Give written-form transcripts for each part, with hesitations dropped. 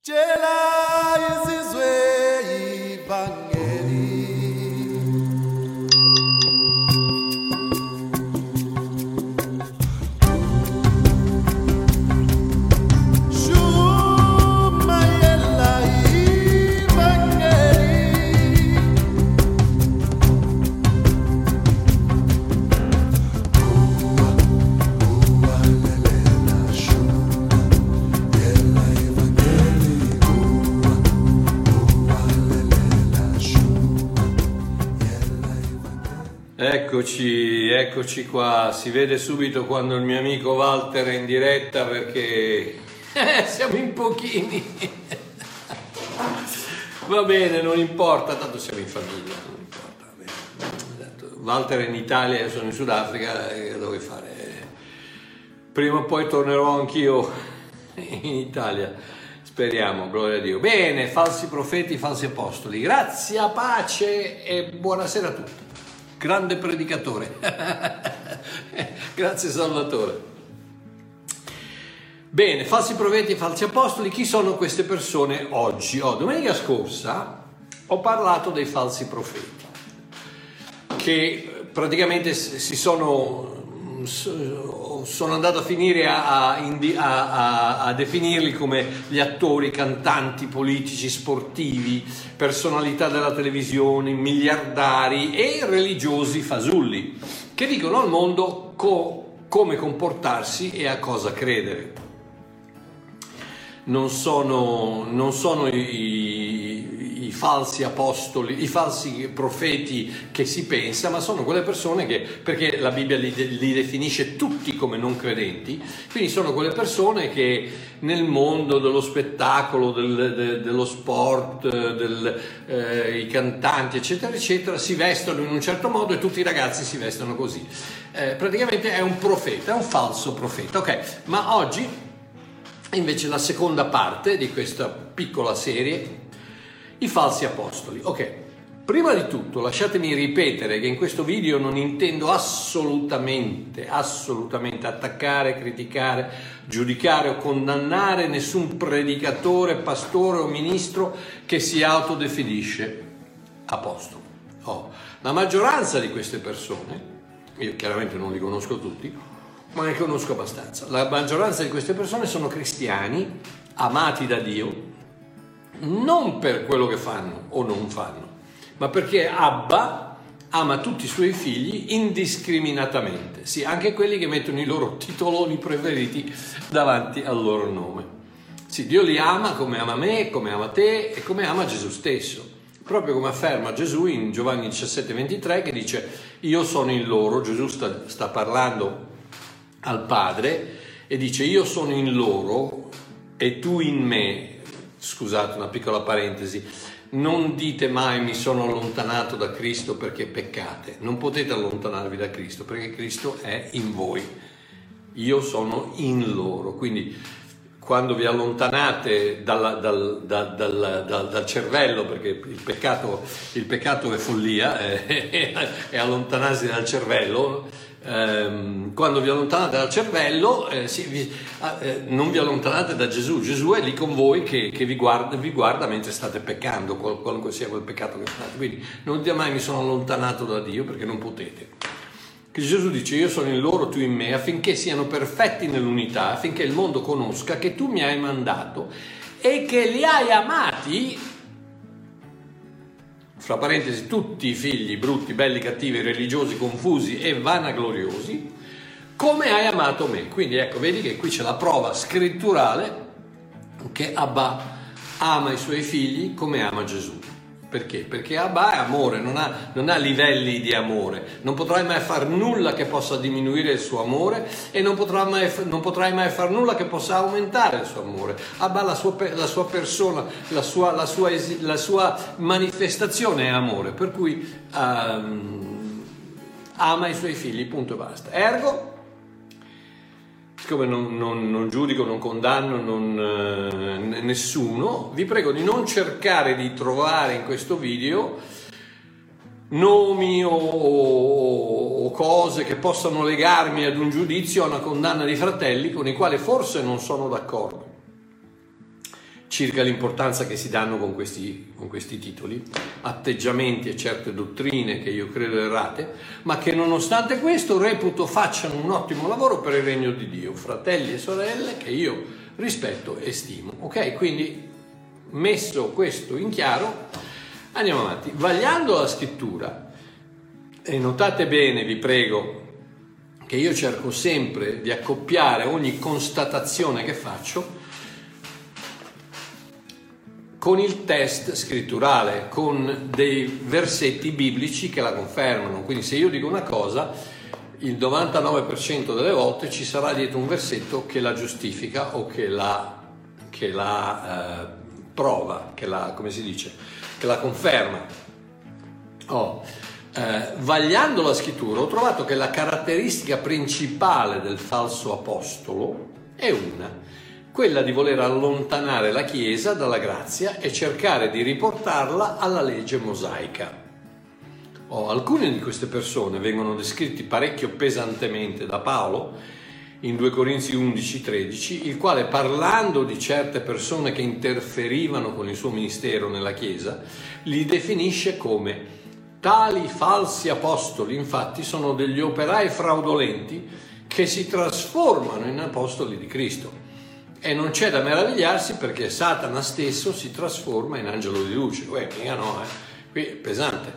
Tshela izizwe ivangeli. Shumayela ivangeli. Uwa lelela shumayela ivangeli. Eccoci qua, si vede subito quando il mio amico Walter è in diretta perché siamo in pochini. Va bene, non importa, tanto siamo in famiglia, non importa. Walter è in Italia, io sono in Sudafrica e devo fare. Prima o poi tornerò anch'io in Italia, speriamo, gloria a Dio. Bene, falsi profeti, falsi apostoli, grazia, pace e buonasera a tutti. Grande predicatore. Grazie Salvatore. Bene, falsi profeti e falsi apostoli, chi sono queste persone oggi? Domenica scorsa ho parlato dei falsi profeti che praticamente sono andato a finire a definirli come gli attori, cantanti, politici, sportivi, personalità della televisione, miliardari e religiosi fasulli che dicono al mondo come comportarsi e a cosa credere. Non sono i falsi apostoli, i falsi profeti che si pensa, ma sono quelle persone che, perché la Bibbia li definisce tutti come non credenti, quindi sono quelle persone che nel mondo dello spettacolo, dello sport, i cantanti, eccetera, eccetera, si vestono in un certo modo e tutti i ragazzi si vestono così. Praticamente è un profeta, è un falso profeta. Ok, ma oggi invece la seconda parte di questa piccola serie, i falsi apostoli. Ok, prima di tutto lasciatemi ripetere che in questo video non intendo assolutamente attaccare, criticare, giudicare o condannare nessun predicatore, pastore o ministro che si autodefinisce apostolo. La maggioranza di queste persone, io chiaramente non li conosco tutti, ma ne conosco abbastanza. La maggioranza di queste persone sono cristiani, amati da Dio, non per quello che fanno o non fanno, ma perché Abba ama tutti i suoi figli indiscriminatamente. Sì, anche quelli che mettono i loro titoloni preferiti davanti al loro nome. Sì, Dio li ama come ama me, come ama te e come ama Gesù stesso. Proprio come afferma Gesù in Giovanni 17,23 che dice: io sono in loro. Gesù sta parlando al Padre e dice: io sono in loro e tu in me. Scusate, una piccola parentesi, non dite mai mi sono allontanato da Cristo perché peccate. Non potete allontanarvi da Cristo perché Cristo è in voi. Io sono in loro. Quindi quando vi allontanate dal cervello, perché il peccato è follia, è allontanarsi dal cervello. Quando vi allontanate dal cervello, non vi allontanate da Gesù. Gesù è lì con voi che vi guarda mentre state peccando, qualunque sia quel peccato che fate. Quindi non dite mai mi sono allontanato da Dio, perché non potete. Che Gesù dice: io sono in loro, tu in me, affinché siano perfetti nell'unità, affinché il mondo conosca che tu mi hai mandato e che li hai amati. Fra parentesi, tutti i figli brutti, belli, cattivi, religiosi, confusi e vanagloriosi, come hai amato me. Quindi ecco, vedi che qui c'è la prova scritturale che Abba ama i suoi figli come ama Gesù. Perché? Perché Abba è amore, non ha livelli di amore. Non potrai mai far nulla che possa diminuire il suo amore e non potrai mai far nulla che possa aumentare il suo amore. Abba, la sua persona, la sua manifestazione è amore, per cui ama i suoi figli, punto e basta. Ergo, siccome non giudico, non condanno nessuno, vi prego di non cercare di trovare in questo video nomi o cose che possano legarmi ad un giudizio o a una condanna di fratelli con i quali forse non sono d'accordo. circa l'importanza che si danno con questi titoli, atteggiamenti e certe dottrine che io credo errate, ma che nonostante questo reputo facciano un ottimo lavoro per il regno di Dio, fratelli e sorelle che io rispetto e stimo. Ok, quindi messo questo in chiaro, andiamo avanti. Vagliando la scrittura, e notate bene, vi prego, che io cerco sempre di accoppiare ogni constatazione che faccio con il test scritturale, con dei versetti biblici che la confermano. Quindi se io dico una cosa, il 99% delle volte ci sarà dietro un versetto che la giustifica o che la prova, che la conferma. Vagliando la scrittura ho trovato che la caratteristica principale del falso apostolo è quella di voler allontanare la Chiesa dalla grazia e cercare di riportarla alla legge mosaica. Alcune di queste persone vengono descritti parecchio pesantemente da Paolo in 2 Corinzi 11-13, il quale, parlando di certe persone che interferivano con il suo ministero nella Chiesa, li definisce come tali falsi apostoli. Infatti sono degli operai fraudolenti che si trasformano in apostoli di Cristo. E non c'è da meravigliarsi, perché Satana stesso si trasforma in angelo di luce. Mica no, qui è pesante.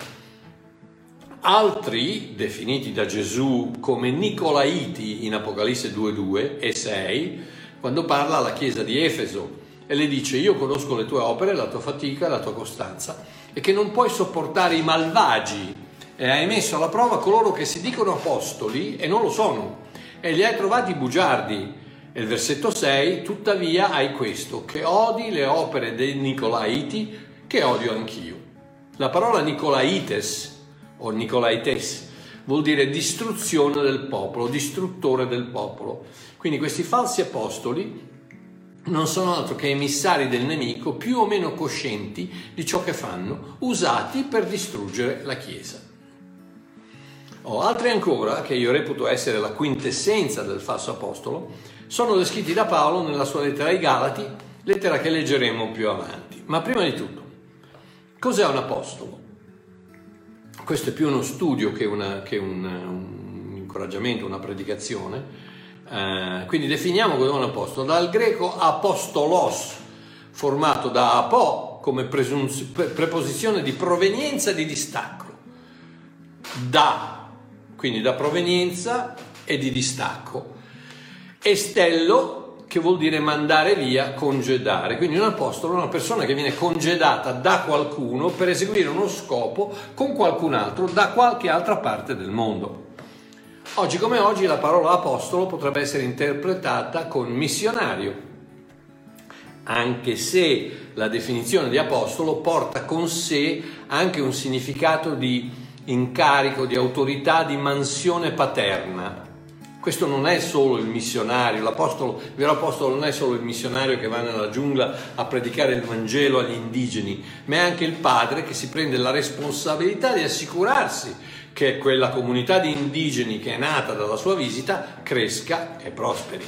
Altri, definiti da Gesù come Nicolaiti in Apocalisse 2:2 e 6, quando parla alla chiesa di Efeso e le dice: io conosco le tue opere, la tua fatica e la tua costanza, e che non puoi sopportare i malvagi, e hai messo alla prova coloro che si dicono apostoli e non lo sono, e li hai trovati bugiardi. E il versetto 6: tuttavia hai questo, che odi le opere dei Nicolaiti, che odio anch'io. La parola Nicolaites o Nicolaites vuol dire distruzione del popolo, distruttore del popolo. Quindi questi falsi apostoli non sono altro che emissari del nemico, più o meno coscienti di ciò che fanno, usati per distruggere la Chiesa. Altri ancora, che io reputo essere la quintessenza del falso apostolo, sono descritti da Paolo nella sua lettera ai Galati, lettera che leggeremo più avanti. Ma prima di tutto, cos'è un apostolo? Questo è più uno studio che un incoraggiamento, una predicazione. Quindi definiamo cos'è un apostolo. Dal greco apostolos, formato da apo come preposizione di provenienza e di distacco. Quindi da provenienza e di distacco. E stello, che vuol dire mandare via, congedare. Quindi un apostolo è una persona che viene congedata da qualcuno per eseguire uno scopo con qualcun altro da qualche altra parte del mondo. Oggi come oggi la parola apostolo potrebbe essere interpretata con missionario, anche se la definizione di apostolo porta con sé anche un significato di incarico, di autorità, di mansione paterna. Questo non è solo il missionario, il vero apostolo non è solo il missionario che va nella giungla a predicare il Vangelo agli indigeni, ma è anche il padre che si prende la responsabilità di assicurarsi che quella comunità di indigeni che è nata dalla sua visita cresca e prosperi.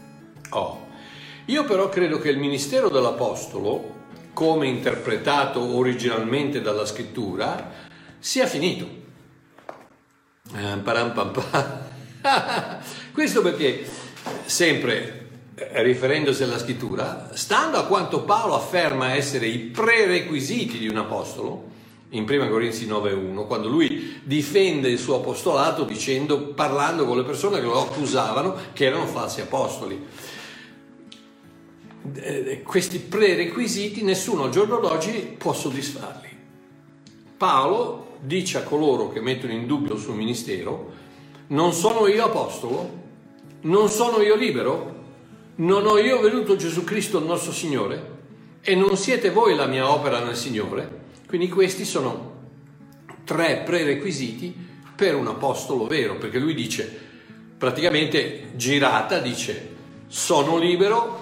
Io però credo che il ministero dell'apostolo, come interpretato originalmente dalla scrittura, sia finito. Questo perché, sempre riferendosi alla scrittura, stando a quanto Paolo afferma essere i prerequisiti di un apostolo, in 1 Corinzi 9:1, quando lui difende il suo apostolato parlando con le persone che lo accusavano che erano falsi apostoli. Questi prerequisiti nessuno al giorno d'oggi può soddisfarli. Paolo dice a coloro che mettono in dubbio il suo ministero: non sono io apostolo? Non sono io libero? Non ho io veduto Gesù Cristo il nostro Signore? E non siete voi la mia opera nel Signore? Quindi questi sono 3 prerequisiti per un apostolo vero, perché lui dice, praticamente girata, dice: sono libero,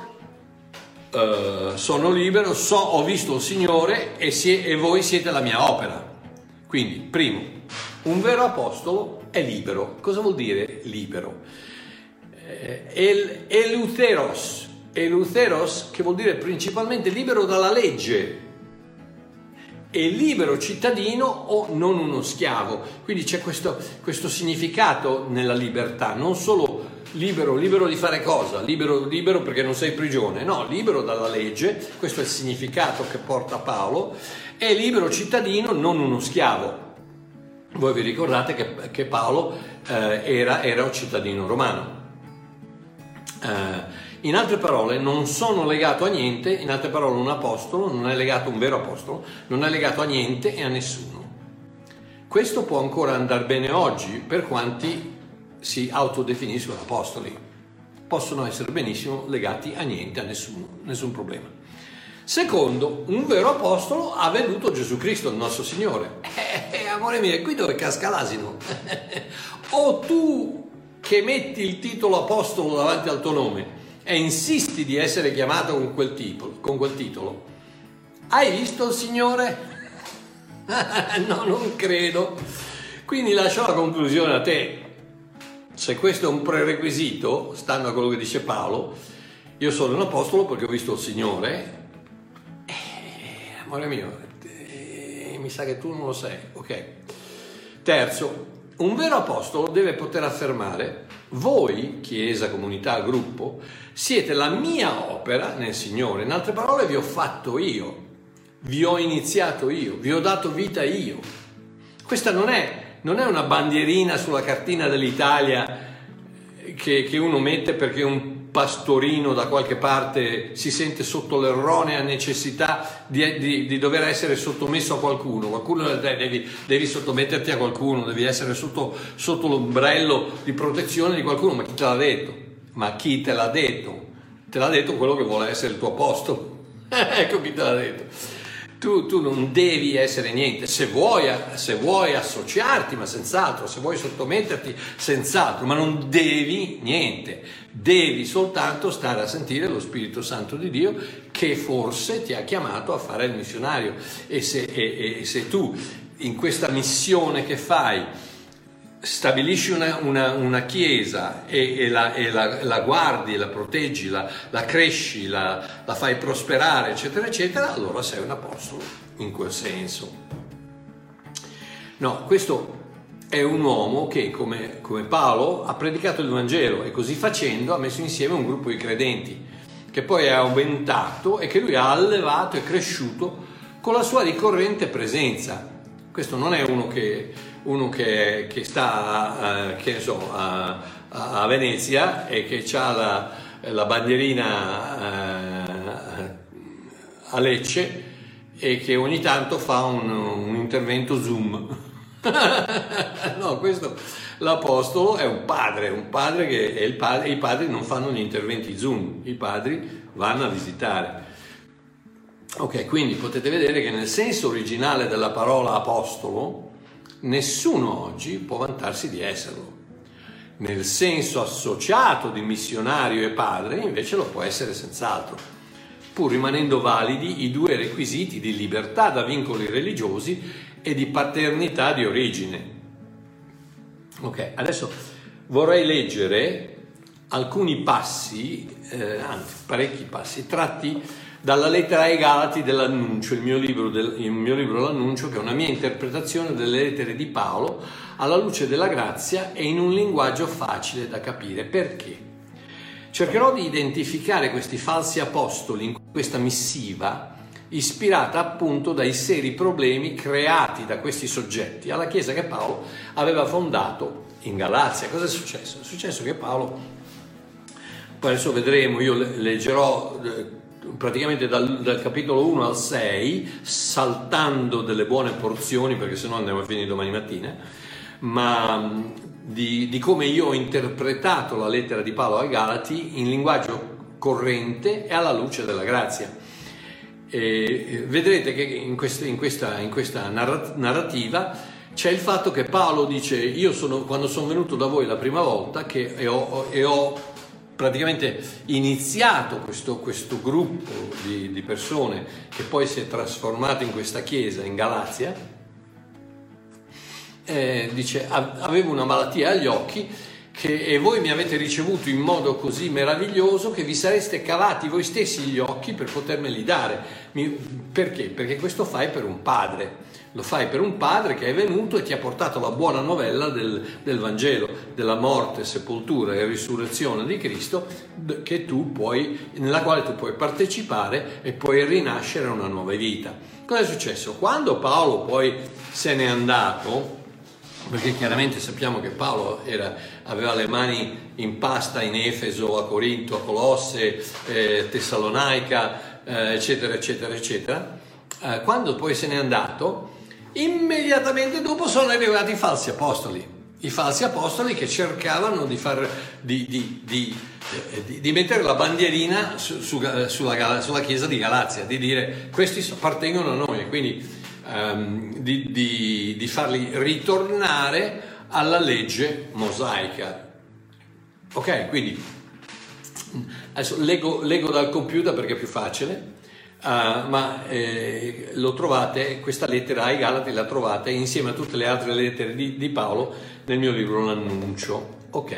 ho visto il Signore e voi siete la mia opera. Quindi, primo, un vero apostolo è libero. Cosa vuol dire libero? Eleuteros, eleutheros, che vuol dire principalmente libero dalla legge, e libero cittadino o non uno schiavo. Quindi c'è questo significato nella libertà, non solo libero di fare cosa? Libero perché non sei prigione, no, libero dalla legge, questo è il significato che porta Paolo, e libero cittadino, non uno schiavo. Voi vi ricordate che Paolo era un cittadino romano. In altre parole, non sono legato a niente, in altre parole un apostolo non è legato, un vero apostolo, non è legato a niente e a nessuno. Questo può ancora andare bene oggi per quanti si autodefiniscono apostoli. Possono essere benissimo legati a niente, a nessun problema. Secondo, un vero apostolo ha veduto Gesù Cristo, il nostro Signore. Amore mio, è qui dove casca l'asino. O tu che metti il titolo apostolo davanti al tuo nome e insisti di essere chiamato con quel titolo, hai visto il Signore? No, non credo. Quindi lascio la conclusione a te. Se questo è un prerequisito, stando a quello che dice Paolo, io sono un apostolo perché ho visto il Signore, amore mio, mi sa che tu non lo sei, ok? Terzo, un vero apostolo deve poter affermare: voi, chiesa, comunità, gruppo, siete la mia opera nel Signore. In altre parole, vi ho fatto io, vi ho iniziato io, vi ho dato vita io. Questa non è una bandierina sulla cartina dell'Italia che uno mette perché un pastorino da qualche parte si sente sotto l'erronea necessità di dover essere sottomesso a qualcuno. Devi sottometterti a qualcuno, devi essere sotto l'ombrello di protezione di qualcuno. Ma chi te l'ha detto? Ma chi te l'ha detto? Te l'ha detto quello che vuole essere il tuo apostolo. Ecco chi te l'ha detto. Tu non devi essere niente, se vuoi associarti, ma senz'altro, se vuoi sottometterti, senz'altro, ma non devi niente, devi soltanto stare a sentire lo Spirito Santo di Dio che forse ti ha chiamato a fare il missionario. E se tu in questa missione che fai stabilisci una chiesa e la guardi, la proteggi, la cresci, la fai prosperare, eccetera, eccetera, allora sei un apostolo in quel senso. No, questo è un uomo che, come Paolo, ha predicato il Vangelo e così facendo ha messo insieme un gruppo di credenti che poi è aumentato e che lui ha allevato e cresciuto con la sua ricorrente presenza. Questo non è uno che sta che ne so, a Venezia e che ha la bandierina a Lecce e che ogni tanto fa un intervento Zoom. No, questo l'apostolo è un padre che è il padre. I padri non fanno gli interventi Zoom, i padri vanno a visitare. Ok, quindi potete vedere che nel senso originale della parola apostolo nessuno oggi può vantarsi di esserlo. Nel senso associato di missionario e padre invece lo può essere senz'altro, pur rimanendo validi i due requisiti di libertà da vincoli religiosi e di paternità di origine. Ok, adesso vorrei leggere alcuni passi, anzi parecchi passi, tratti dalla lettera ai Galati dell'Annuncio, il mio libro L'Annuncio, che è una mia interpretazione delle lettere di Paolo alla luce della grazia e in un linguaggio facile da capire. Perché? Cercherò di identificare questi falsi apostoli in questa missiva ispirata appunto dai seri problemi creati da questi soggetti alla chiesa che Paolo aveva fondato in Galazia. Cosa è successo? È successo che Paolo, poi adesso vedremo, io leggerò praticamente dal capitolo 1 al 6, saltando delle buone porzioni perché sennò andiamo a finire domani mattina, ma di come io ho interpretato la lettera di Paolo ai Galati in linguaggio corrente e alla luce della grazia. E vedrete che in questa narrativa c'è il fatto che Paolo dice: quando sono venuto da voi la prima volta e ho praticamente iniziato questo gruppo di persone che poi si è trasformato in questa chiesa in Galazia, dice avevo una malattia agli occhi e voi mi avete ricevuto in modo così meraviglioso che vi sareste cavati voi stessi gli occhi per potermeli dare. Perché? Perché questo fai per un padre. Lo fai per un padre che è venuto e ti ha portato la buona novella del Vangelo, della morte, sepoltura e risurrezione di Cristo, nella quale tu puoi partecipare e puoi rinascere una nuova vita. Cosa è successo? Quando Paolo poi se n'è andato, perché chiaramente sappiamo che Paolo aveva le mani in pasta in Efeso, a Corinto, a Colosse, Tessalonica, eccetera, eccetera, eccetera, quando poi se n'è andato, immediatamente dopo sono arrivati i falsi apostoli che cercavano di mettere la bandierina sulla chiesa di Galazia, di dire questi appartengono a noi, quindi di farli ritornare alla legge mosaica. Ok, quindi adesso leggo dal computer perché è più facile. Ma lo trovate, questa lettera ai Galati la trovate insieme a tutte le altre lettere di Paolo nel mio libro L'Annuncio. Ok,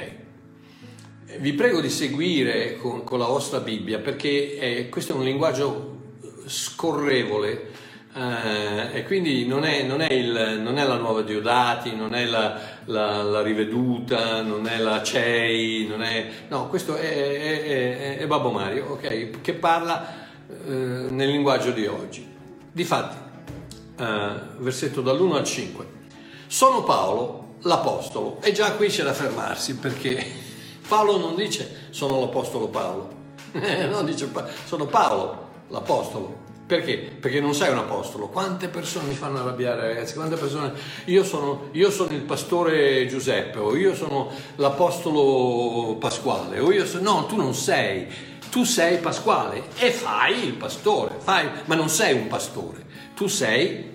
vi prego di seguire con la vostra Bibbia, perché questo è un linguaggio scorrevole, e quindi non è la nuova Diodati, non è la riveduta, non è la CEI, no, questo è Babbo Mario, ok, che parla nel linguaggio di oggi. Difatti, versetto dall'1 al 5. Sono Paolo, l'apostolo, e già qui c'è da fermarsi, perché Paolo non dice sono l'apostolo Paolo, no, dice sono Paolo, l'apostolo. Perché? Perché non sei un apostolo. Quante persone mi fanno arrabbiare, ragazzi, quante persone, io sono il pastore Giuseppe, o io sono l'apostolo Pasquale, no, tu non sei. Tu sei Pasquale e fai il pastore, ma non sei un pastore. Tu sei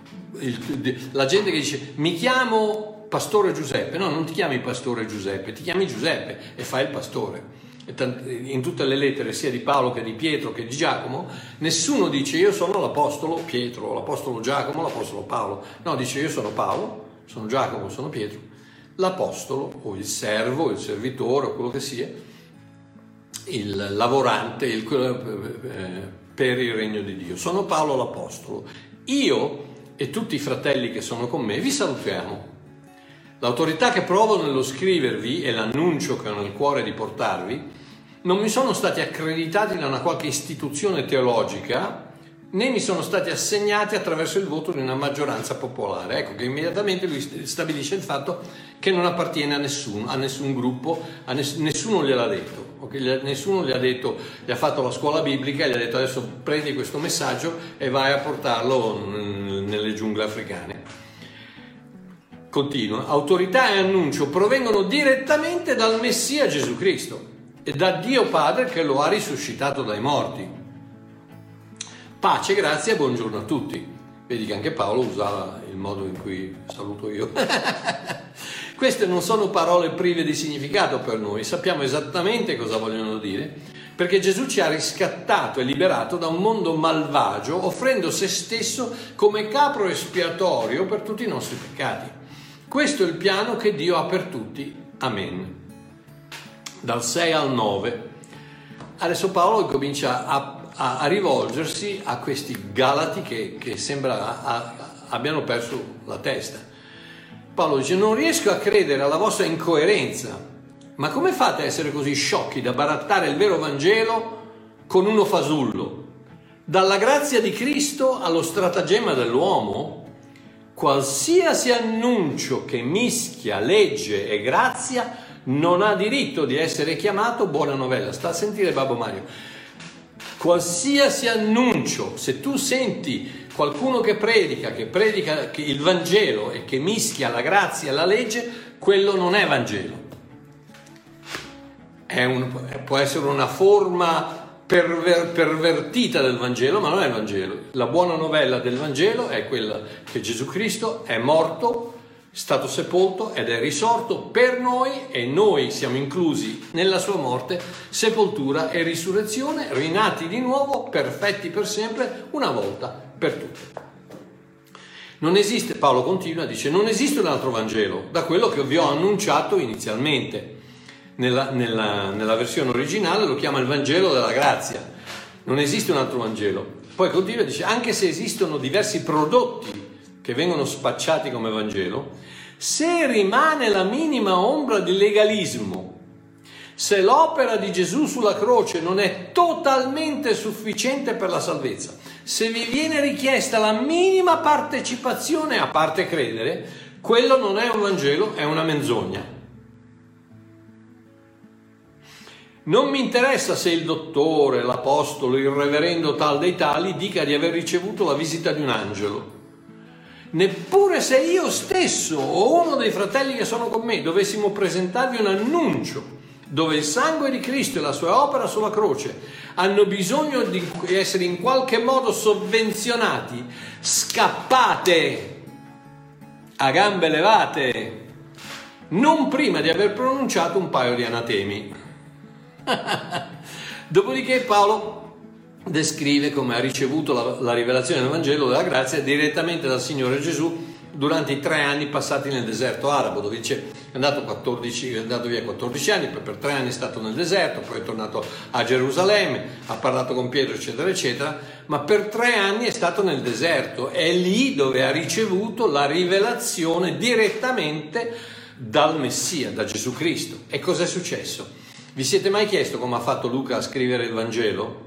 la gente che dice mi chiamo pastore Giuseppe. No, non ti chiami pastore Giuseppe, ti chiami Giuseppe e fai il pastore. In tutte le lettere, sia di Paolo che di Pietro che di Giacomo, nessuno dice io sono l'apostolo Pietro, l'apostolo Giacomo, l'apostolo Paolo. No, dice io sono Paolo, sono Giacomo, sono Pietro, l'apostolo o il servo, il servitore o quello che sia, il lavorante per il regno di Dio. Sono Paolo l'apostolo. Io e tutti i fratelli che sono con me vi salutiamo. L'autorità che provo nello scrivervi e l'annuncio che ho nel cuore di portarvi non mi sono stati accreditati da una qualche istituzione teologica, né mi sono stati assegnati attraverso il voto di una maggioranza popolare. Ecco che immediatamente lui stabilisce il fatto che non appartiene a nessun gruppo, nessuno gliel'ha detto, okay? Nessuno gli ha detto, gli ha fatto la scuola biblica e gli ha detto adesso prendi questo messaggio e vai a portarlo nelle giungle africane. Continua, autorità e annuncio provengono direttamente dal Messia Gesù Cristo e da Dio Padre che lo ha risuscitato dai morti. Pace, grazie e buongiorno a tutti. Vedi che anche Paolo usava il modo in cui saluto io. Queste non sono parole prive di significato per noi, sappiamo esattamente cosa vogliono dire, perché Gesù ci ha riscattato e liberato da un mondo malvagio, offrendo se stesso come capro espiatorio per tutti i nostri peccati. Questo è il piano che Dio ha per tutti. Amen. Dal 6 al 9. Adesso Paolo comincia a rivolgersi a questi Galati che sembra abbiano perso la testa. Paolo dice: non riesco a credere alla vostra incoerenza, ma come fate a essere così sciocchi da barattare il vero Vangelo con uno fasullo? Dalla grazia di Cristo allo stratagemma dell'uomo? Qualsiasi annuncio che mischia legge e grazia non ha diritto di essere chiamato buona novella. Sta a sentire Babbo Mario. Qualsiasi annuncio, se tu senti qualcuno che predica il Vangelo e che mischia la grazia e la legge, quello non è Vangelo. Può essere una forma pervertita del Vangelo, ma non è il Vangelo. La buona novella del Vangelo è quella che Gesù Cristo è morto, stato sepolto ed è risorto per noi e noi siamo inclusi nella sua morte, sepoltura e risurrezione, rinati di nuovo, perfetti per sempre, una volta per tutte. Non esiste, Paolo continua, dice, non esiste un altro Vangelo da quello che vi ho annunciato inizialmente. Nella versione originale lo chiama il Vangelo della grazia. Non esiste un altro Vangelo. Poi continua e dice, anche se esistono diversi prodotti che vengono spacciati come Vangelo, se rimane la minima ombra di legalismo, se l'opera di Gesù sulla croce non è totalmente sufficiente per la salvezza, se vi viene richiesta la minima partecipazione a parte credere, quello non è un Vangelo, è una menzogna. Non mi interessa se il dottore, l'apostolo, il reverendo tal dei tali dica di aver ricevuto la visita di un angelo. Neppure se io stesso o uno dei fratelli che sono con me dovessimo presentarvi un annuncio dove il sangue di Cristo e la sua opera sulla croce hanno bisogno di essere in qualche modo sovvenzionati, scappate a gambe levate, non prima di aver pronunciato un paio di anatemi. Dopodiché Paolo descrive come ha ricevuto la rivelazione del Vangelo della grazia direttamente dal Signore Gesù durante i 3 anni passati nel deserto arabo, dove dice è andato via 14 anni, poi per 3 anni è stato nel deserto, poi è tornato a Gerusalemme, ha parlato con Pietro eccetera eccetera, ma per 3 anni è stato nel deserto, è lì dove ha ricevuto la rivelazione direttamente dal Messia, da Gesù Cristo. E cos'è successo? Vi siete mai chiesto come ha fatto Luca a scrivere il Vangelo?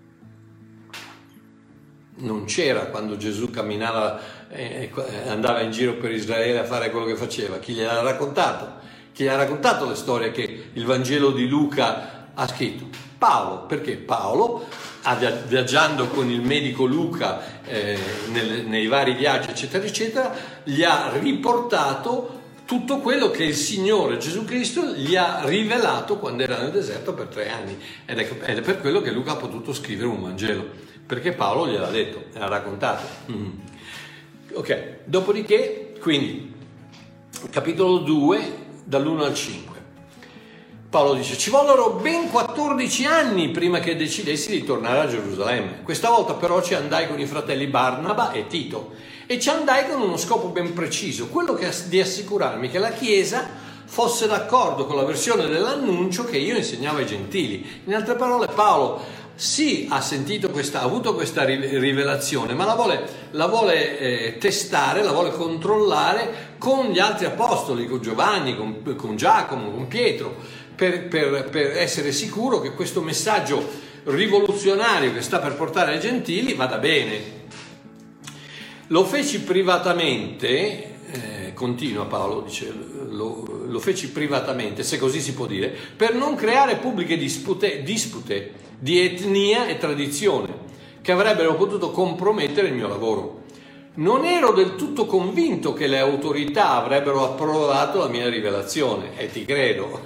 Non c'era quando Gesù camminava, andava in giro per Israele a fare quello che faceva. Chi gliel'ha raccontato? Chi gli ha raccontato le storie che il Vangelo di Luca ha scritto? Paolo, perché Paolo, viaggiando con il medico Luca nei vari viaggi eccetera eccetera, gli ha riportato tutto quello che il Signore Gesù Cristo gli ha rivelato quando era nel deserto per 3 anni, ed è per quello che Luca ha potuto scrivere un Vangelo, perché Paolo gliel'ha detto, gliel'ha raccontato. Ok, dopodiché, quindi, capitolo 2, dall'1 al 5. Paolo dice, ci vollero ben 14 anni prima che decidessi di tornare a Gerusalemme. Questa volta però ci andai con i fratelli Barnaba e Tito, e ci andai con uno scopo ben preciso, quello di assicurarmi che la Chiesa fosse d'accordo con la versione dell'annuncio che io insegnavo ai gentili. In altre parole, Paolo sì ha avuto questa rivelazione, ma la vuole testare, la vuole controllare con gli altri apostoli, con Giovanni, con Giacomo, con Pietro, per essere sicuro che questo messaggio rivoluzionario che sta per portare ai gentili vada bene. Lo feci privatamente, continua Paolo, dice, lo feci privatamente, se così si può dire, per non creare pubbliche dispute di etnia e tradizione che avrebbero potuto compromettere il mio lavoro. Non ero del tutto convinto che le autorità avrebbero approvato la mia rivelazione, e ti credo.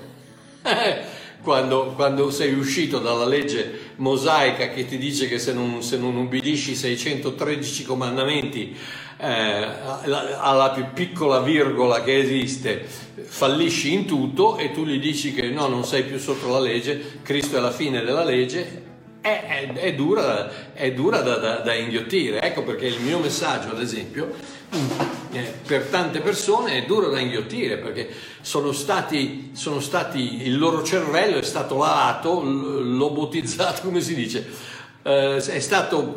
Quando sei uscito dalla legge mosaica che ti dice che se non ubbidisci i 613 comandamenti alla più piccola virgola che esiste fallisci in tutto, e tu gli dici che no, non sei più sotto la legge, Cristo è la fine della legge, è dura da inghiottire. Ecco perché il mio messaggio, ad esempio, per tante persone è duro da inghiottire, perché sono stati il loro cervello è stato lavato, lobotizzato, come si dice, è stato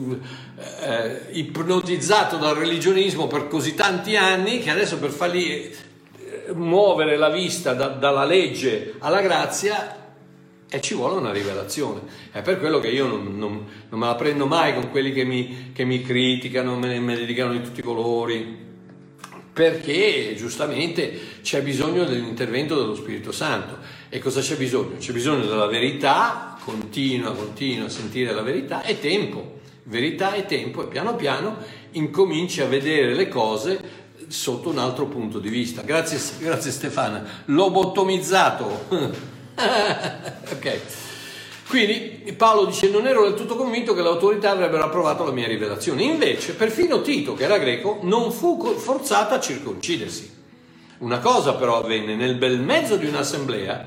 ipnotizzato dal religionismo per così tanti anni che adesso per fargli muovere la vista dalla legge alla grazia ci vuole una rivelazione. È per quello che io non me la prendo mai con quelli che mi criticano, me ne dicono di tutti i colori, perché giustamente c'è bisogno dell'intervento dello Spirito Santo. E cosa c'è bisogno? C'è bisogno della verità, continua a sentire la verità, e tempo, verità e tempo, e piano piano incominci a vedere le cose sotto un altro punto di vista. Grazie Stefana, lobotomizzato. Ok, quindi Paolo dice, non ero del tutto convinto che le autorità avrebbero approvato la mia rivelazione. Invece perfino Tito, che era greco, non fu forzato a circoncidersi. Una cosa però avvenne: nel bel mezzo di un'assemblea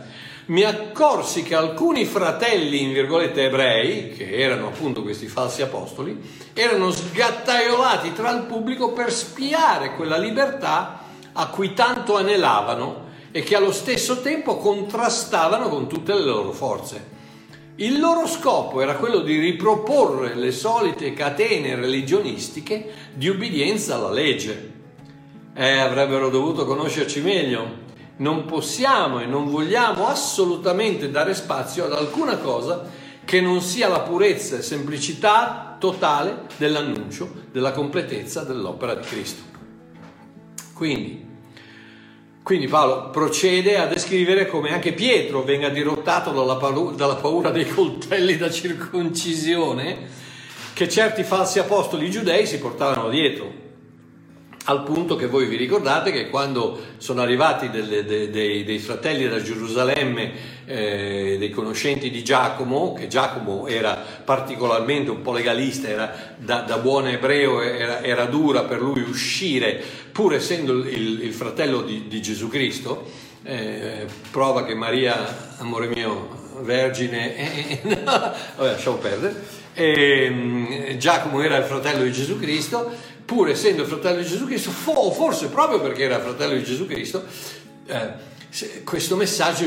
mi accorsi che alcuni fratelli, in virgolette ebrei, che erano appunto questi falsi apostoli, erano sgattaiolati tra il pubblico per spiare quella libertà a cui tanto anelavano e che allo stesso tempo contrastavano con tutte le loro forze. Il loro scopo era quello di riproporre le solite catene religionistiche di ubbidienza alla legge. Avrebbero dovuto conoscerci meglio. Non possiamo e non vogliamo assolutamente dare spazio ad alcuna cosa che non sia la purezza e semplicità totale dell'annuncio della completezza dell'opera di Cristo. Quindi Paolo procede a descrivere come anche Pietro venga dirottato dalla paura dei coltelli da circoncisione che certi falsi apostoli giudei si portavano dietro, al punto che voi vi ricordate che quando sono arrivati dei fratelli da Gerusalemme, dei conoscenti di Giacomo, che Giacomo era particolarmente un po' legalista, era da buon ebreo, era dura per lui uscire, pur essendo il fratello di Gesù Cristo, prova che Maria, amore mio, vergine, no, vabbè, lasciamo perdere, Giacomo era il fratello di Gesù Cristo, pur essendo il fratello di Gesù Cristo, forse proprio perché era fratello di Gesù Cristo, questo messaggio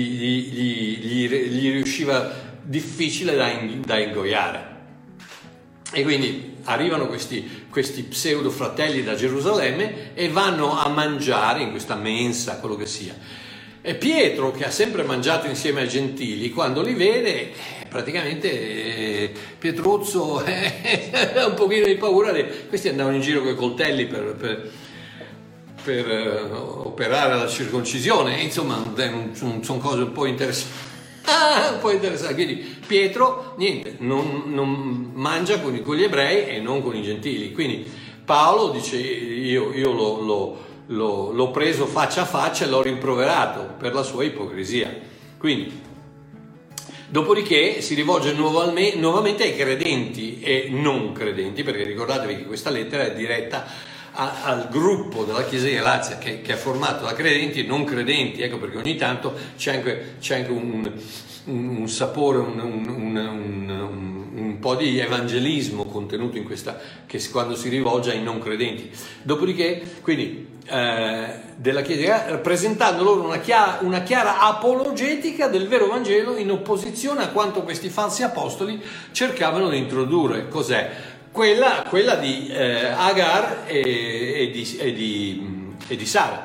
gli riusciva difficile da ingoiare. E quindi arrivano questi pseudo fratelli da Gerusalemme e vanno a mangiare in questa mensa, quello che sia. E Pietro, che ha sempre mangiato insieme ai gentili, quando li vede, praticamente Pietruzzo ha un pochino di paura. Questi andavano in giro con i coltelli per operare la circoncisione, insomma, sono cose un po' interessanti. Quindi Pietro, niente, non mangia con gli ebrei e non con i gentili. Quindi Paolo dice: io l'ho preso faccia a faccia e l'ho rimproverato per la sua ipocrisia. Quindi, dopodiché si rivolge nuovamente ai credenti e non credenti, perché ricordatevi che questa lettera è diretta al gruppo della Chiesa di Galazia che è formato da credenti e non credenti. Ecco perché ogni tanto c'è anche un sapore, un po' di evangelismo contenuto in questa, che quando si rivolge ai non credenti. Dopodiché, quindi, della Chiesa, presentando loro una chiara apologetica del vero Vangelo in opposizione a quanto questi falsi apostoli cercavano di introdurre. Cos'è? Quella di Agar e di Sara,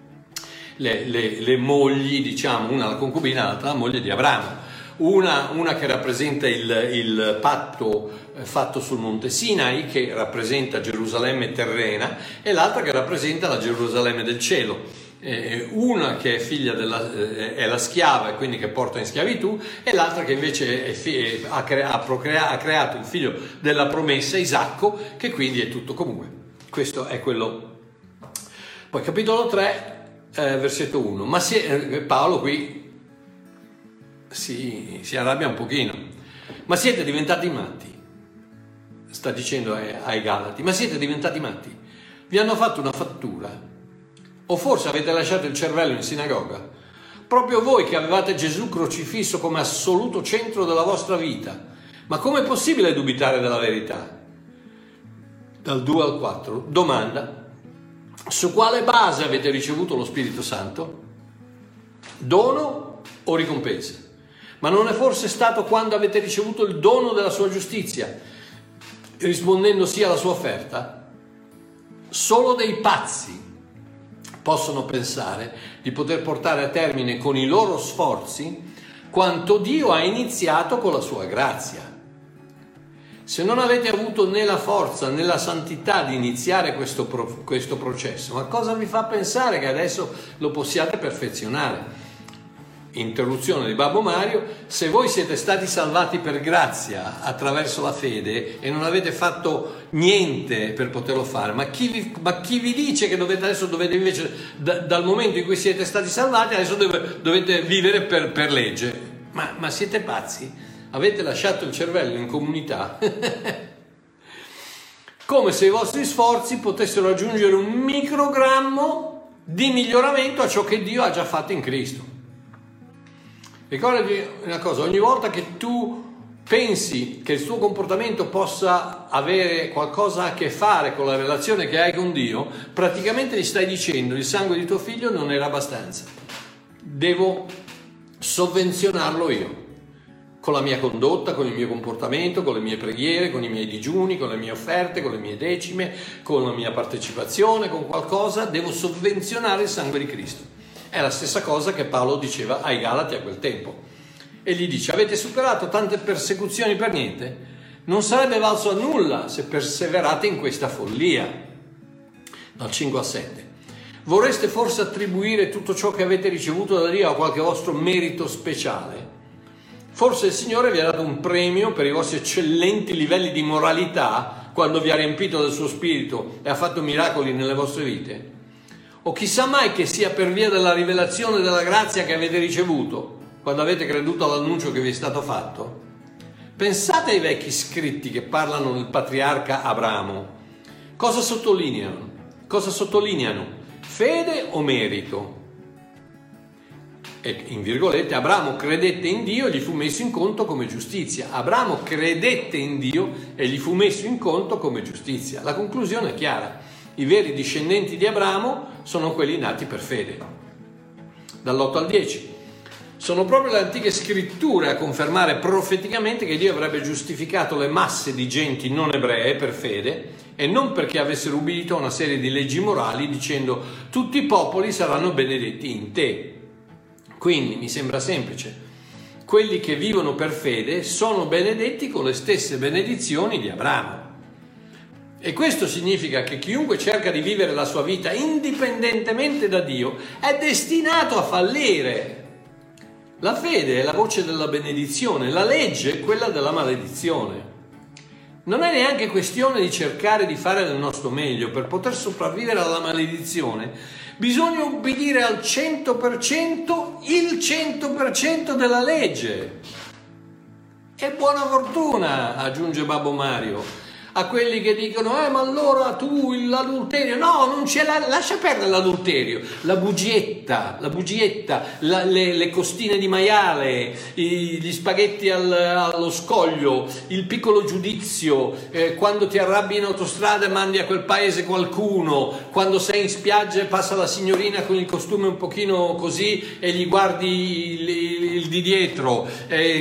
le mogli, diciamo, una la concubina, l'altra la moglie di Abramo, una che rappresenta il patto fatto sul monte Sinai, che rappresenta Gerusalemme terrena, e l'altra che rappresenta la Gerusalemme del cielo. Una che è figlia è la schiava e quindi che porta in schiavitù, e l'altra che invece ha creato il figlio della promessa, Isacco, che quindi è tutto comunque. Questo è quello. Poi capitolo 3, versetto 1. Ma Paolo qui si arrabbia un pochino. Ma siete diventati matti, sta dicendo ai Galati, ma siete diventati matti? Vi hanno fatto una fattura? O forse avete lasciato il cervello in sinagoga? Proprio voi che avevate Gesù crocifisso come assoluto centro della vostra vita. Ma com'è possibile dubitare della verità? Dal 2 al 4. Domanda: su quale base avete ricevuto lo Spirito Santo? Dono o ricompensa? Ma non è forse stato quando avete ricevuto il dono della sua giustizia, rispondendo sì alla sua offerta? Solo dei pazzi possono pensare di poter portare a termine con i loro sforzi quanto Dio ha iniziato con la sua grazia. Se non avete avuto né la forza né la santità di iniziare questo processo, ma cosa vi fa pensare che adesso lo possiate perfezionare? Interruzione di Babbo Mario: se voi siete stati salvati per grazia attraverso la fede e non avete fatto niente per poterlo fare, ma chi vi dice che adesso dovete invece, dal momento in cui siete stati salvati, adesso dovete vivere per legge? Ma siete pazzi? Avete lasciato il cervello in comunità? Come se i vostri sforzi potessero aggiungere un microgrammo di miglioramento a ciò che Dio ha già fatto in Cristo. Ricordati una cosa, ogni volta che tu pensi che il tuo comportamento possa avere qualcosa a che fare con la relazione che hai con Dio, praticamente gli stai dicendo: il sangue di tuo figlio non era abbastanza, devo sovvenzionarlo io, con la mia condotta, con il mio comportamento, con le mie preghiere, con i miei digiuni, con le mie offerte, con le mie decime, con la mia partecipazione, con qualcosa, devo sovvenzionare il sangue di Cristo. È la stessa cosa che Paolo diceva ai Galati a quel tempo. E gli dice: avete superato tante persecuzioni per niente? Non sarebbe valso a nulla se perseverate in questa follia. Dal 5 al 7. Vorreste forse attribuire tutto ciò che avete ricevuto da Dio a qualche vostro merito speciale? Forse il Signore vi ha dato un premio per i vostri eccellenti livelli di moralità quando vi ha riempito del suo spirito e ha fatto miracoli nelle vostre vite? O chissà mai che sia per via della rivelazione della grazia che avete ricevuto quando avete creduto all'annuncio che vi è stato fatto? Pensate ai vecchi scritti che parlano del patriarca Abramo. Cosa sottolineano? Fede o merito? E in virgolette, Abramo credette in Dio e gli fu messo in conto come giustizia. Abramo credette in Dio e gli fu messo in conto come giustizia. La conclusione è chiara: i veri discendenti di Abramo sono quelli nati per fede. Dall'8 al 10. Sono proprio le antiche scritture a confermare profeticamente che Dio avrebbe giustificato le masse di genti non ebree per fede e non perché avessero ubbidito a una serie di leggi morali dicendo: tutti i popoli saranno benedetti in te. Quindi mi sembra semplice: quelli che vivono per fede sono benedetti con le stesse benedizioni di Abramo. E questo significa che chiunque cerca di vivere la sua vita indipendentemente da Dio è destinato a fallire. La fede è la voce della benedizione, la legge è quella della maledizione. Non è neanche questione di cercare di fare del nostro meglio. Per poter sopravvivere alla maledizione bisogna ubbidire al 100% il 100% della legge. E buona fortuna, aggiunge Babbo Mario, a quelli che dicono: ma allora tu l'adulterio, no, non c'è, lascia perdere l'adulterio, la bugietta, le costine di maiale, gli spaghetti allo scoglio, il piccolo giudizio, quando ti arrabbi in autostrada e mandi a quel paese qualcuno, quando sei in spiaggia e passa la signorina con il costume un pochino così e gli guardi il di dietro,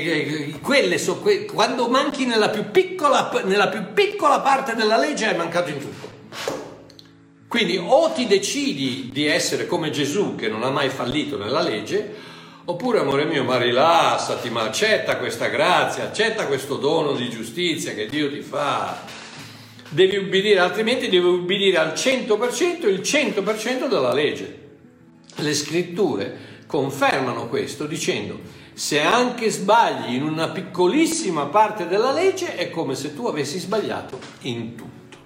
quando manchi nella più piccola parte della legge hai mancato in tutto. Quindi o ti decidi di essere come Gesù, che non ha mai fallito nella legge, oppure, amore mio, ma rilassati, ma accetta questa grazia, accetta questo dono di giustizia che Dio ti fa. Devi ubbidire, altrimenti devi ubbidire al 100% il 100% della legge. Le scritture confermano questo dicendo: se anche sbagli in una piccolissima parte della legge, è come se tu avessi sbagliato in tutto.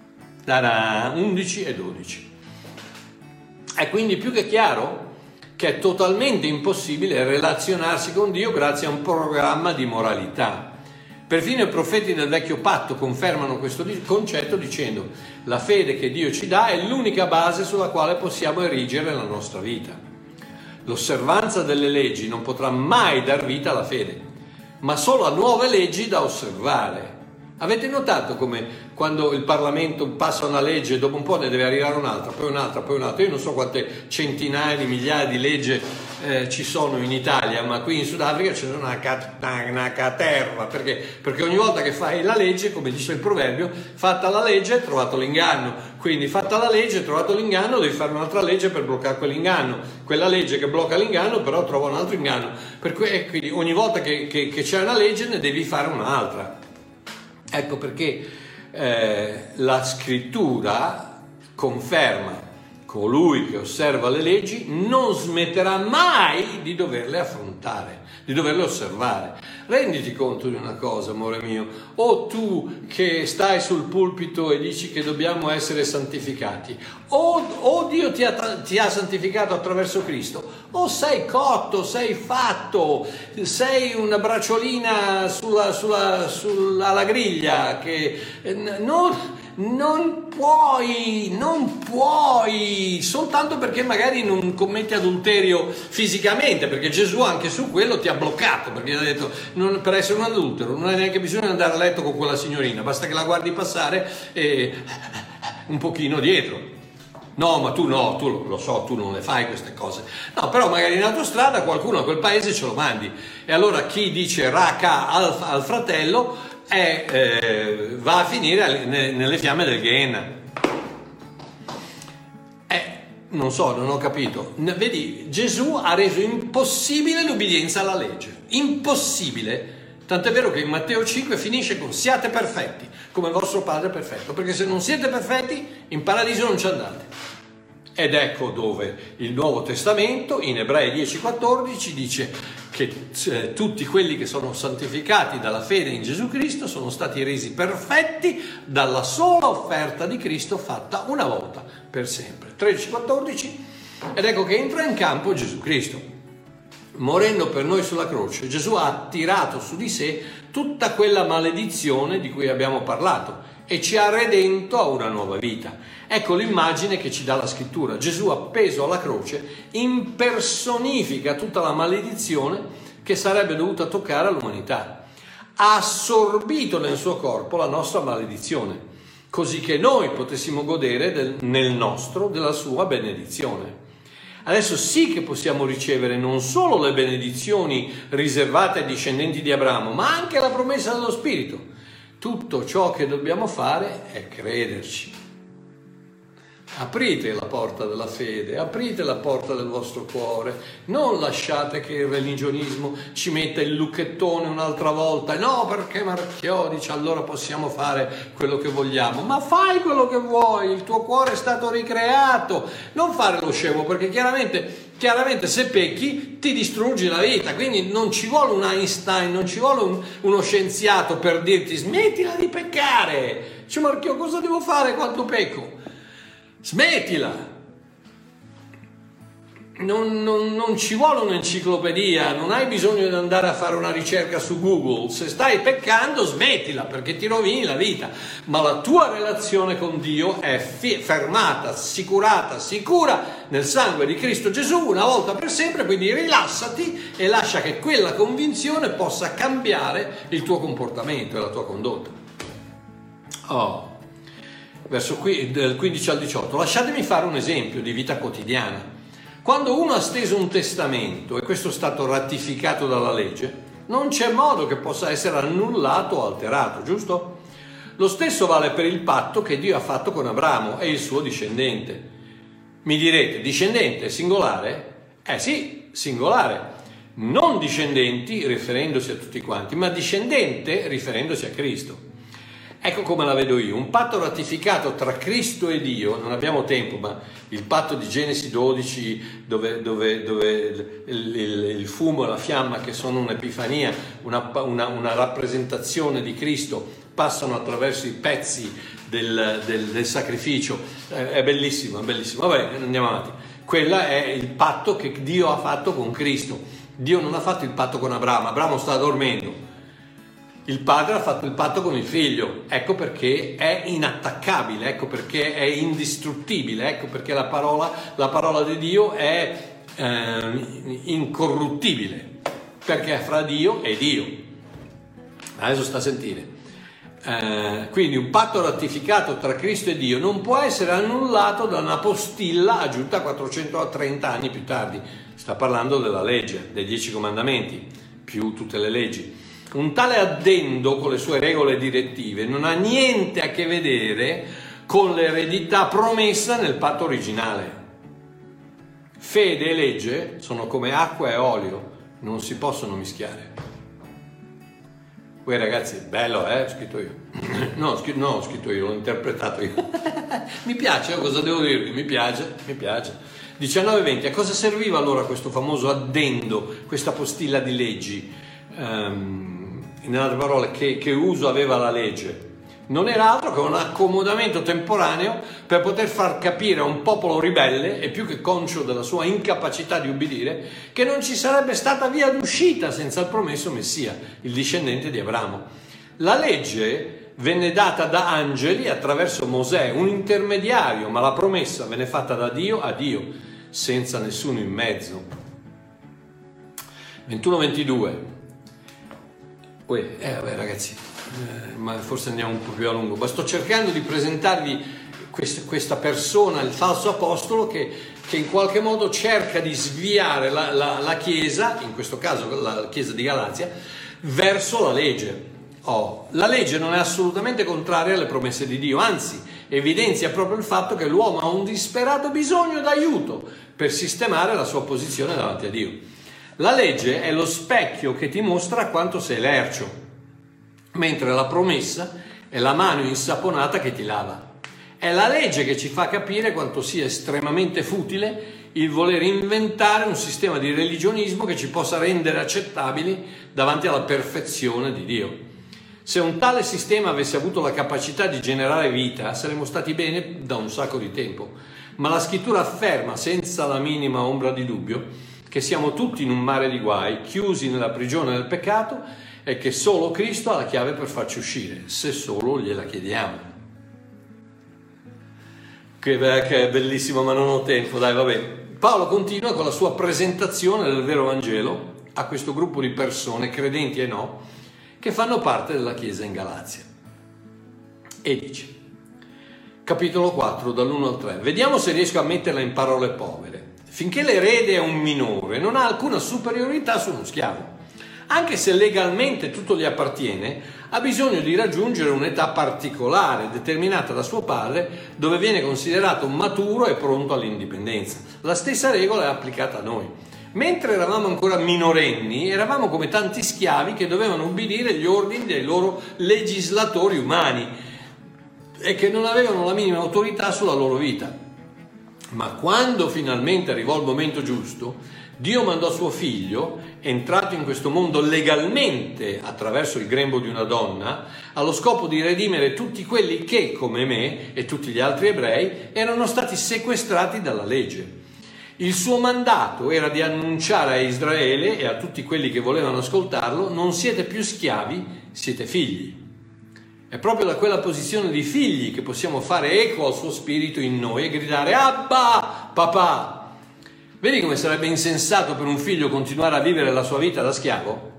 11 e 12. È quindi più che chiaro che è totalmente impossibile relazionarsi con Dio grazie a un programma di moralità. Perfino i profeti del vecchio patto confermano questo concetto dicendo: la fede che Dio ci dà è l'unica base sulla quale possiamo erigere la nostra vita. L'osservanza delle leggi non potrà mai dar vita alla fede, ma solo a nuove leggi da osservare. Avete notato come quando il Parlamento passa una legge, dopo un po' ne deve arrivare un'altra, poi un'altra, poi un'altra? Io non so quante centinaia di migliaia di leggi ci sono in Italia, ma qui in Sudafrica c'è una caterva, perché ogni volta che fai la legge, come dice il proverbio, fatta la legge hai trovato l'inganno, quindi fatta la legge hai trovato l'inganno, devi fare un'altra legge per bloccare quell'inganno, quella legge che blocca l'inganno però trova un altro inganno, quindi ogni volta che c'è una legge ne devi fare un'altra. Ecco perché la scrittura conferma: colui che osserva le leggi non smetterà mai di doverle affrontare, di doverle osservare. Renditi conto di una cosa, amore mio: o tu che stai sul pulpito e dici che dobbiamo essere santificati, o Dio ti ha santificato attraverso Cristo, o sei cotto, sei fatto, sei una briciolina alla griglia che non puoi adulteri soltanto perché magari non commetti adulterio fisicamente, perché Gesù anche su quello ti ha bloccato, perché gli ha detto per essere un adultero non hai neanche bisogno di andare a letto con quella signorina, basta che la guardi passare e un pochino dietro. No, ma tu no, tu lo so, tu non le fai queste cose. No, però magari in autostrada qualcuno a quel paese ce lo mandi. E allora chi dice raca al fratello va a finire nelle fiamme del Gehenna. Non so, non ho capito. Vedi, Gesù ha reso impossibile l'obbedienza alla legge. Impossibile. Tant'è vero che in Matteo 5 finisce con siate perfetti, come vostro Padre è perfetto. Perché se non siete perfetti, in paradiso non ci andate. Ed ecco dove il Nuovo Testamento, in Ebrei 10,14, dice che tutti quelli che sono santificati dalla fede in Gesù Cristo sono stati resi perfetti dalla sola offerta di Cristo fatta una volta per sempre. 13,14, ed ecco che entra in campo Gesù Cristo. Morendo per noi sulla croce, Gesù ha tirato su di sé tutta quella maledizione di cui abbiamo parlato e ci ha redento a una nuova vita. Ecco l'immagine che ci dà la scrittura. Gesù appeso alla croce impersonifica tutta la maledizione che sarebbe dovuta toccare all'umanità. Ha assorbito nel suo corpo la nostra maledizione, così che noi potessimo godere della sua benedizione. Adesso sì che possiamo ricevere non solo le benedizioni riservate ai discendenti di Abramo, ma anche la promessa dello Spirito. Tutto ciò che dobbiamo fare è crederci. Aprite la porta della fede, aprite la porta del vostro cuore, non lasciate che il religionismo ci metta il lucchettone un'altra volta, no perché Marchiò dice allora possiamo fare quello che vogliamo, ma fai quello che vuoi, il tuo cuore è stato ricreato, non fare lo scemo perché chiaramente se pecchi ti distruggi la vita, quindi non ci vuole un Einstein, non ci vuole uno scienziato per dirti smettila di peccare, cioè Marchiò cosa devo fare quando pecco? Smettila, non ci vuole un'enciclopedia, non hai bisogno di andare a fare una ricerca su Google, se stai peccando smettila perché ti rovini la vita, ma la tua relazione con Dio è fermata, assicurata, sicura nel sangue di Cristo Gesù una volta per sempre, quindi rilassati e lascia che quella convinzione possa cambiare il tuo comportamento e la tua condotta. Verso del 15 al 18, lasciatemi fare un esempio di vita quotidiana. Quando uno ha steso un testamento e questo è stato ratificato dalla legge, non c'è modo che possa essere annullato o alterato, giusto? Lo stesso vale per il patto che Dio ha fatto con Abramo e il suo discendente. Mi direte, discendente singolare? Sì, singolare. Non discendenti riferendosi a tutti quanti, ma discendente riferendosi a Cristo. Ecco come la vedo io, un patto ratificato tra Cristo e Dio, non abbiamo tempo, ma il patto di Genesi 12 dove il fumo e la fiamma che sono un'epifania, una rappresentazione di Cristo passano attraverso i pezzi del sacrificio, è bellissimo, è bellissimo. Vabbè, andiamo avanti. Quello è il patto che Dio ha fatto con Cristo. Dio non ha fatto il patto con Abramo sta dormendo. Il padre ha fatto il patto con il figlio, ecco perché è inattaccabile, ecco perché è indistruttibile, ecco perché la parola di Dio è incorruttibile, perché è fra Dio e Dio. Adesso sta a sentire. Quindi un patto ratificato tra Cristo e Dio non può essere annullato da una postilla aggiunta 430 anni più tardi. Sta parlando della legge, dei 10 comandamenti, più tutte le leggi. Un tale addendo con le sue regole direttive non ha niente a che vedere con l'eredità promessa nel patto originale. Fede e legge sono come acqua e olio, non si possono mischiare. Poi ragazzi, bello, ho scritto io. No, ho scritto io, l'ho interpretato io. Mi piace, cosa devo dirvi? Mi piace. 19:20, a cosa serviva allora questo famoso addendo, questa postilla di leggi? In altre parole, che uso aveva la legge? Non era altro che un accomodamento temporaneo per poter far capire a un popolo ribelle e più che conscio della sua incapacità di ubbidire che non ci sarebbe stata via d'uscita senza il promesso Messia, il discendente di Abramo. La legge venne data da angeli attraverso Mosè, un intermediario, ma la promessa venne fatta da Dio a Dio, senza nessuno in mezzo. 21-22. Vabbè ragazzi, ma forse andiamo un po' più a lungo, ma sto cercando di presentarvi questa persona, il falso apostolo, che in qualche modo cerca di sviare la Chiesa, in questo caso la Chiesa di Galazia, verso la legge. La legge non è assolutamente contraria alle promesse di Dio, anzi evidenzia proprio il fatto che l'uomo ha un disperato bisogno d'aiuto per sistemare la sua posizione davanti a Dio. La legge è lo specchio che ti mostra quanto sei lercio, mentre la promessa è la mano insaponata che ti lava. È la legge che ci fa capire quanto sia estremamente futile il voler inventare un sistema di religionismo che ci possa rendere accettabili davanti alla perfezione di Dio. Se un tale sistema avesse avuto la capacità di generare vita, saremmo stati bene da un sacco di tempo. Ma la scrittura afferma, senza la minima ombra di dubbio, che siamo tutti in un mare di guai, chiusi nella prigione del peccato, e che solo Cristo ha la chiave per farci uscire, se solo gliela chiediamo. Che bellissimo, ma non ho tempo, dai, vabbè. Paolo continua con la sua presentazione del vero Vangelo a questo gruppo di persone, credenti e no, che fanno parte della Chiesa in Galazia. E dice, capitolo 4, dall'1 al 3, vediamo se riesco a metterla in parole povere. Finché l'erede è un minore, non ha alcuna superiorità su uno schiavo. Anche se legalmente tutto gli appartiene, ha bisogno di raggiungere un'età particolare, determinata da suo padre, dove viene considerato maturo e pronto all'indipendenza. La stessa regola è applicata a noi. Mentre eravamo ancora minorenni, eravamo come tanti schiavi che dovevano ubbidire gli ordini dei loro legislatori umani e che non avevano la minima autorità sulla loro vita. Ma quando finalmente arrivò il momento giusto, Dio mandò suo figlio, entrato in questo mondo legalmente attraverso il grembo di una donna, allo scopo di redimere tutti quelli che, come me e tutti gli altri ebrei, erano stati sequestrati dalla legge. Il suo mandato era di annunciare a Israele e a tutti quelli che volevano ascoltarlo: non siete più schiavi, siete figli. È proprio da quella posizione di figli che possiamo fare eco al suo spirito in noi e gridare Abba, papà. Vedi come sarebbe insensato per un figlio continuare a vivere la sua vita da schiavo?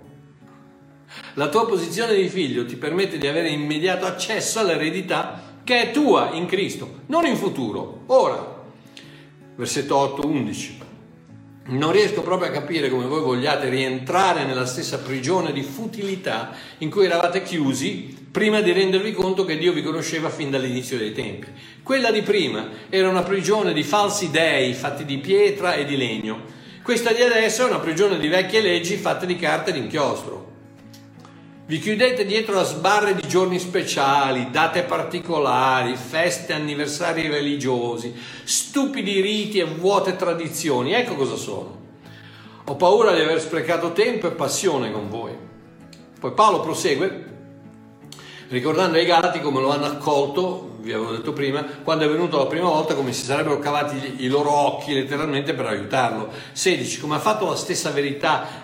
La tua posizione di figlio ti permette di avere immediato accesso all'eredità che è tua in Cristo, non in futuro, ora. Versetto 8-11. Non riesco proprio a capire come voi vogliate rientrare nella stessa prigione di futilità in cui eravate chiusi prima di rendervi conto che Dio vi conosceva fin dall'inizio dei tempi. Quella di prima era una prigione di falsi dei fatti di pietra e di legno. Questa di adesso è una prigione di vecchie leggi fatte di carta e di inchiostro. Vi chiudete dietro a sbarre di giorni speciali, date particolari, feste, anniversari religiosi, stupidi riti e vuote tradizioni. Ecco cosa sono. Ho paura di aver sprecato tempo e passione con voi. Poi Paolo prosegue, ricordando ai Galati come lo hanno accolto, vi avevo detto prima, quando è venuto la prima volta, come si sarebbero cavati i loro occhi letteralmente per aiutarlo. 16. Come ha fatto la stessa verità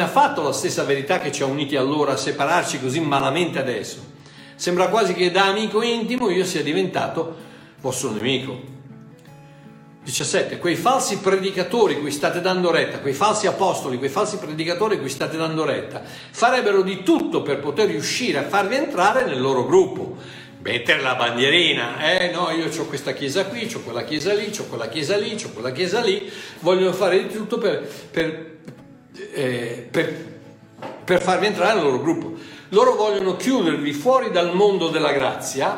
che ci ha uniti allora a separarci così malamente adesso? Sembra quasi che da amico intimo io sia diventato vostro nemico. 17. Quei falsi predicatori cui state dando retta, quei falsi apostoli, quei falsi predicatori cui state dando retta, farebbero di tutto per poter riuscire a farvi entrare nel loro gruppo. Mettere la bandierina, no, io ho questa chiesa qui, ho quella chiesa lì, ho quella chiesa lì, ho quella chiesa lì, vogliono fare di tutto per farvi entrare nel loro gruppo. Loro vogliono chiudervi fuori dal mondo della grazia,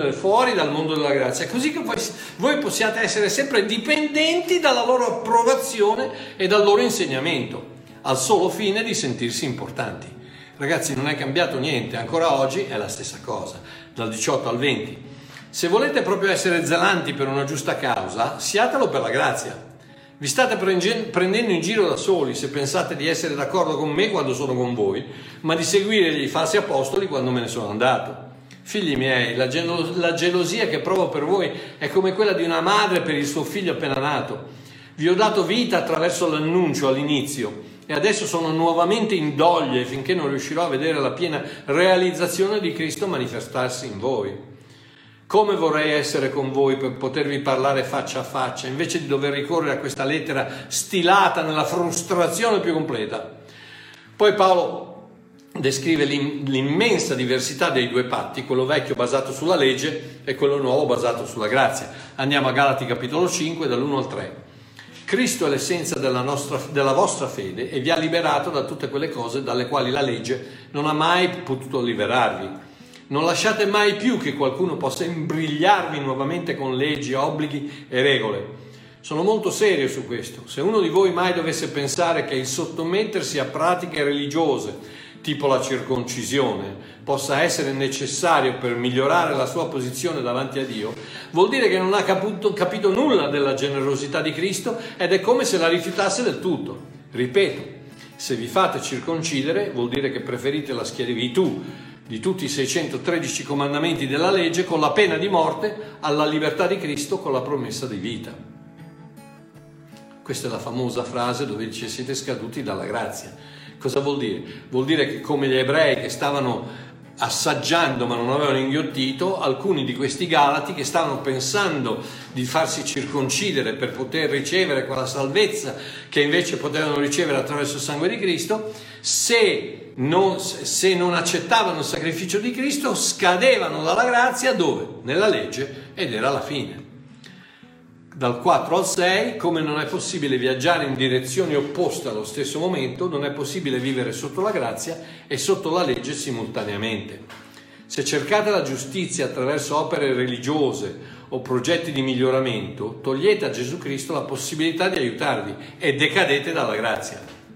così che voi possiate essere sempre dipendenti dalla loro approvazione e dal loro insegnamento, al solo fine di sentirsi importanti. Ragazzi, non è cambiato niente, ancora oggi è la stessa cosa, dal 18 al 20. Se volete proprio essere zelanti per una giusta causa, siatelo per la grazia. Vi state prendendo in giro da soli se pensate di essere d'accordo con me quando sono con voi, ma di seguire i falsi apostoli quando me ne sono andato. Figli miei, la gelosia che provo per voi è come quella di una madre per il suo figlio appena nato. Vi ho dato vita attraverso l'annuncio all'inizio e adesso sono nuovamente in doglie finché non riuscirò a vedere la piena realizzazione di Cristo manifestarsi in voi. Come vorrei essere con voi per potervi parlare faccia a faccia, invece di dover ricorrere a questa lettera stilata nella frustrazione più completa. Poi Paolo descrive l'immensa diversità dei due patti, quello vecchio basato sulla legge e quello nuovo basato sulla grazia. Andiamo a Galati capitolo 5, dall'1 al 3. Cristo è l'essenza della vostra fede e vi ha liberato da tutte quelle cose dalle quali la legge non ha mai potuto liberarvi. Non lasciate mai più che qualcuno possa imbrigliarvi nuovamente con leggi, obblighi e regole. Sono molto serio su questo. Se uno di voi mai dovesse pensare che il sottomettersi a pratiche religiose, tipo la circoncisione, possa essere necessario per migliorare la sua posizione davanti a Dio, vuol dire che non ha capito nulla della generosità di Cristo ed è come se la rifiutasse del tutto. Ripeto, se vi fate circoncidere vuol dire che preferite la schiavitù di tutti i 613 comandamenti della legge con la pena di morte alla libertà di Cristo con la promessa di vita. Questa è la famosa frase dove dice siete scaduti dalla grazia. Cosa vuol dire? Vuol dire che come gli ebrei che stavano assaggiando ma non avevano inghiottito, alcuni di questi Galati che stavano pensando di farsi circoncidere per poter ricevere quella salvezza che invece potevano ricevere attraverso il sangue di Cristo, se non accettavano il sacrificio di Cristo scadevano dalla grazia dove? Nella legge, ed era la fine. Dal 4 al 6, come non è possibile viaggiare in direzioni opposte allo stesso momento, non è possibile vivere sotto la grazia e sotto la legge simultaneamente. Se cercate la giustizia attraverso opere religiose o progetti di miglioramento, togliete a Gesù Cristo la possibilità di aiutarvi e decadete dalla grazia.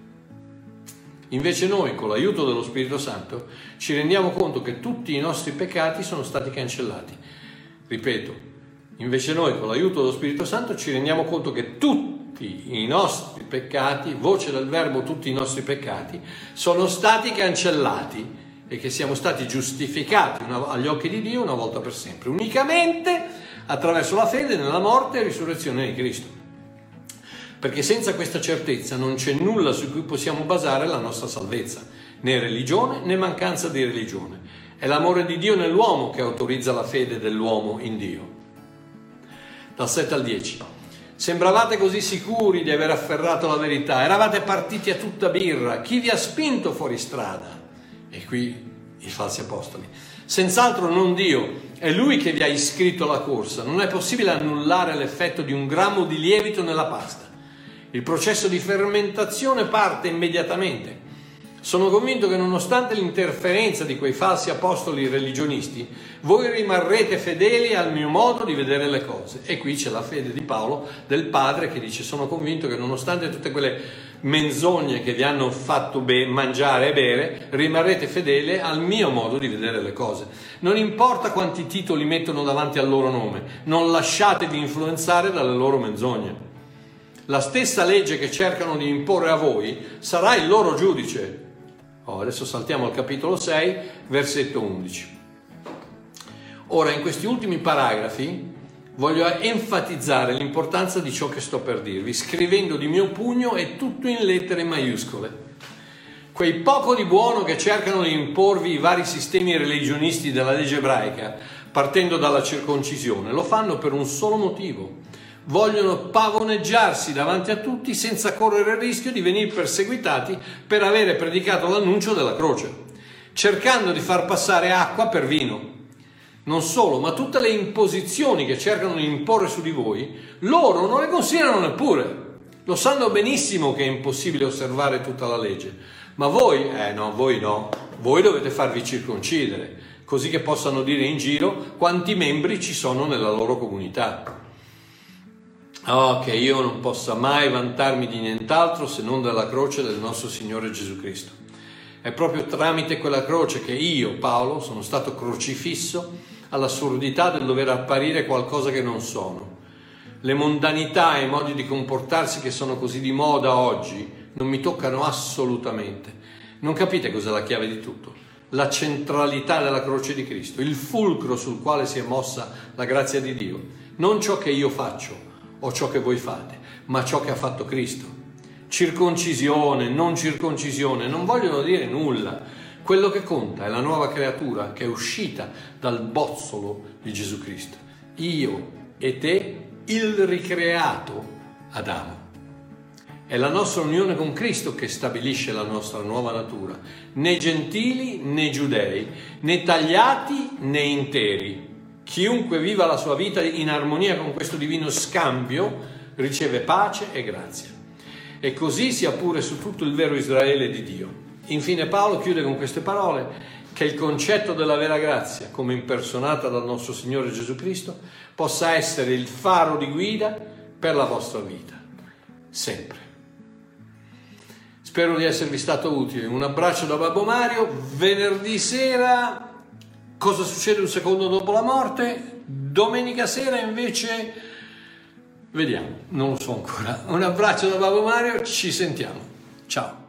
Invece noi, con l'aiuto dello Spirito Santo, ci rendiamo conto che tutti i nostri peccati sono stati cancellati. Ripeto, invece noi, con l'aiuto dello Spirito Santo, ci rendiamo conto che tutti i nostri peccati, voce del verbo tutti i nostri peccati, sono stati cancellati e che siamo stati giustificati agli occhi di Dio una volta per sempre, unicamente attraverso la fede nella morte e risurrezione di Cristo. Perché senza questa certezza non c'è nulla su cui possiamo basare la nostra salvezza, né religione né mancanza di religione. È l'amore di Dio nell'uomo che autorizza la fede dell'uomo in Dio. Dal 7 al 10. Sembravate così sicuri di aver afferrato la verità, eravate partiti a tutta birra, chi vi ha spinto fuori strada? E qui i falsi apostoli. Senz'altro non Dio, è Lui che vi ha iscritto alla corsa, non è possibile annullare l'effetto di un grammo di lievito nella pasta. Il processo di fermentazione parte immediatamente. Sono convinto che nonostante l'interferenza di quei falsi apostoli religionisti, voi rimarrete fedeli al mio modo di vedere le cose. E qui c'è la fede di Paolo, del padre, che dice: sono convinto che nonostante tutte quelle menzogne che vi hanno fatto mangiare e bere, rimarrete fedeli al mio modo di vedere le cose. Non importa quanti titoli mettono davanti al loro nome, non lasciatevi influenzare dalle loro menzogne. La stessa legge che cercano di imporre a voi sarà il loro giudice. Adesso saltiamo al capitolo 6, versetto 11. Ora, in questi ultimi paragrafi voglio enfatizzare l'importanza di ciò che sto per dirvi, scrivendo di mio pugno e tutto in lettere maiuscole. Quei poco di buono che cercano di imporvi i vari sistemi religionisti della legge ebraica, partendo dalla circoncisione, lo fanno per un solo motivo. Vogliono pavoneggiarsi davanti a tutti senza correre il rischio di venire perseguitati per avere predicato l'annuncio della croce, cercando di far passare acqua per vino. Non solo, ma tutte le imposizioni che cercano di imporre su di voi, loro non le considerano neppure. Lo sanno benissimo che è impossibile osservare tutta la legge, ma voi, voi no, voi dovete farvi circoncidere, così che possano dire in giro quanti membri ci sono nella loro comunità. Che io non possa mai vantarmi di nient'altro se non della croce del nostro Signore Gesù Cristo. È proprio tramite quella croce che io, Paolo, sono stato crocifisso all'assurdità del dover apparire qualcosa che non sono. Le mondanità e i modi di comportarsi che sono così di moda oggi non mi toccano assolutamente. Non capite cos'è la chiave di tutto? La centralità della croce di Cristo, il fulcro sul quale si è mossa la grazia di Dio. Non ciò che io faccio o ciò che voi fate, ma ciò che ha fatto Cristo. circoncisione, non circoncisione, non vogliono dire nulla. Quello che conta è la nuova creatura che è uscita dal bozzolo di Gesù Cristo. Io e te, il ricreato Adamo. È la nostra unione con Cristo che stabilisce la nostra nuova natura. Né gentili né giudei, né tagliati né interi. Chiunque viva la sua vita in armonia con questo divino scambio riceve pace e grazia. E così sia pure su tutto il vero Israele di Dio. Infine Paolo chiude con queste parole: che il concetto della vera grazia, come impersonata dal nostro Signore Gesù Cristo, possa essere il faro di guida per la vostra vita, sempre. Spero di esservi stato utile. Un abbraccio da Babbo Mario. Venerdì sera cosa succede un secondo dopo la morte? Domenica sera invece vediamo, non lo so ancora. Un abbraccio da Babbo Mario, ci sentiamo. Ciao.